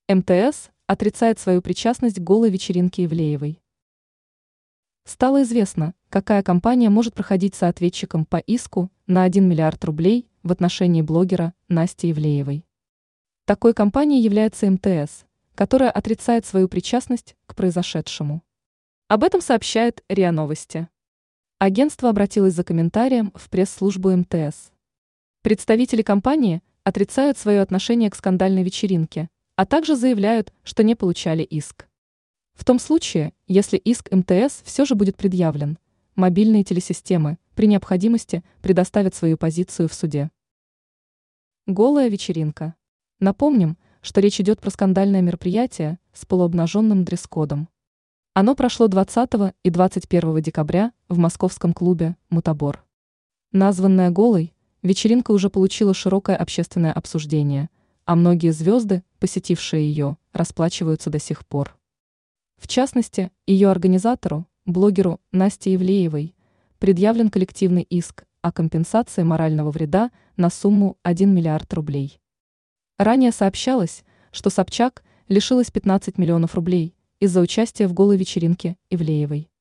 МТС отрицает свою причастность к голой вечеринке Ивлеевой. Стало известно, какая компания может проходить соответчиком по иску на 1 миллиард рублей в отношении блогера Насти Ивлеевой. Такой компанией является МТС, которая отрицает свою причастность к произошедшему. Об этом сообщает РИА Новости. Агентство обратилось за комментарием в пресс-службу МТС. Представители компании отрицают свое отношение к скандальной вечеринке, а также заявляют, что не получали иск. В том случае, если иск МТС все же будет предъявлен, мобильные телесистемы при необходимости предоставят свою позицию в суде. Голая вечеринка. Напомним, что речь идет про скандальное мероприятие с полуобнаженным дресс-кодом. Оно прошло 20 и 21 декабря в московском клубе «Мутабор». Названная «Голой», вечеринка уже получила широкое общественное обсуждение, а многие звезды, посетившие ее, расплачиваются до сих пор. В частности, ее организатору, блогеру Насте Ивлеевой, предъявлен коллективный иск о компенсации морального вреда на сумму 1 миллиард рублей. Ранее сообщалось, что Собчак лишилась 15 миллионов рублей из-за участия в голой вечеринке Ивлеевой.